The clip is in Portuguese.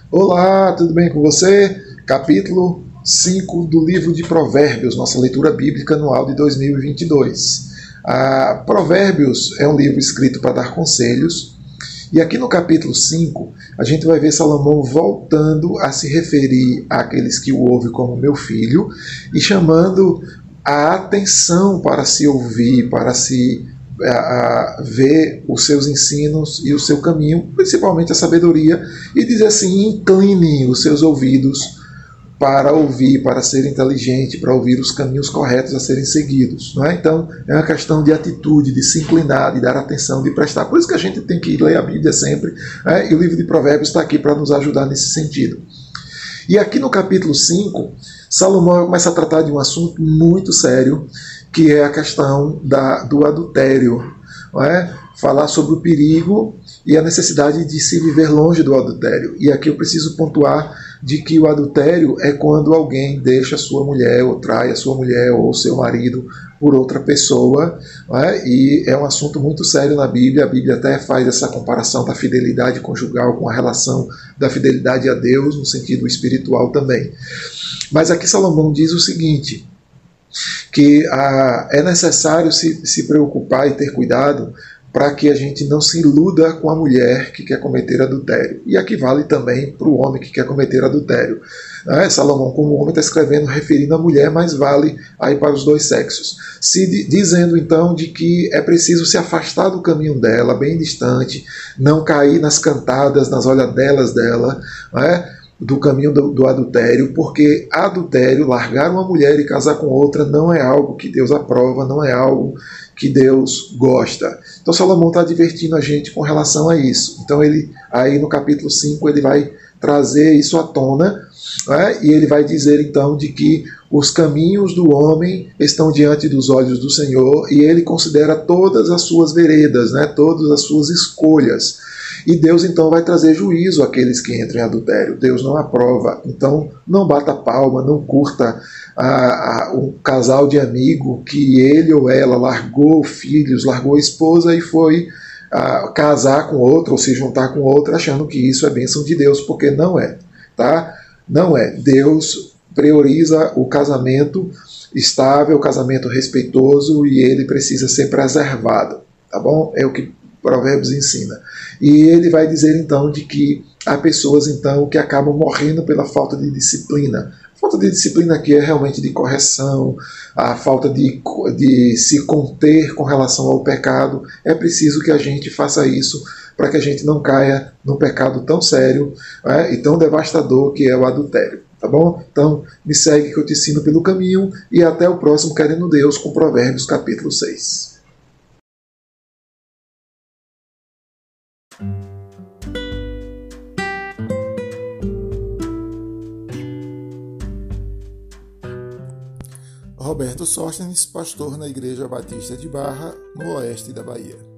Olá, tudo bem com você? Capítulo 5 do livro de Provérbios, nossa leitura bíblica anual de 2022. Provérbios é um livro escrito para dar conselhos, e aqui no capítulo 5 a gente vai ver Salomão voltando a se referir àqueles que o ouvem como meu filho e chamando a atenção para se ouvir, para se a ver os seus ensinos e o seu caminho, principalmente a sabedoria, e diz assim: incline os seus ouvidos para ouvir, para ser inteligente, para ouvir os caminhos corretos a serem seguidos. Não é? Então, é uma questão de atitude, de se inclinar, de dar atenção, de prestar. Por isso que a gente tem que ler a Bíblia sempre, e o livro de Provérbios está aqui para nos ajudar nesse sentido. E aqui no capítulo 5, Salomão começa a tratar de um assunto muito sério, que é a questão do adultério. Não é? Falar sobre o perigo e a necessidade de se viver longe do adultério. E aqui eu preciso pontuar de que o adultério é quando alguém deixa a sua mulher, ou trai a sua mulher ou seu marido por outra pessoa, e é um assunto muito sério na Bíblia. A Bíblia até faz essa comparação da fidelidade conjugal com a relação da fidelidade a Deus, no sentido espiritual também. Mas aqui Salomão diz o seguinte, que é necessário se preocupar e ter cuidado para que a gente não se iluda com a mulher que quer cometer adultério. E aqui vale também para o homem que quer cometer adultério. Salomão, como homem, está escrevendo referindo a mulher, mas vale aí para os dois sexos. Dizendo então de que é preciso se afastar do caminho dela, bem distante, não cair nas cantadas, nas olhadelas dela, do caminho do adultério, porque adultério, largar uma mulher e casar com outra, não é algo que Deus aprova, não é algo que Deus gosta. Então Salomão está advertindo a gente com relação a isso. Então ele, aí no capítulo 5, ele vai trazer isso à tona, e ele vai dizer então de que os caminhos do homem estão diante dos olhos do Senhor, e ele considera todas as suas veredas, todas as suas escolhas. E Deus então vai trazer juízo àqueles que entram em adultério. Deus não aprova. Então não bata palma, não curta um casal de amigo que ele ou ela largou filhos, largou a esposa e foi casar com outro ou se juntar com outra, achando que isso é bênção de Deus, porque não é. Tá? Não é. Deus prioriza o casamento estável, o casamento respeitoso, e ele precisa ser preservado. Tá bom? É o que Provérbios ensina. E ele vai dizer então de que há pessoas então que acabam morrendo pela falta de disciplina. A falta de disciplina aqui é realmente de correção, a falta de se conter com relação ao pecado. É preciso que a gente faça isso para que a gente não caia num pecado tão sério, e tão devastador que é o adultério. Tá bom? Então me segue que eu te ensino pelo caminho, e até o próximo Querendo Deus com Provérbios capítulo 6. Roberto Sóstenes, pastor na Igreja Batista de Barra, no oeste da Bahia.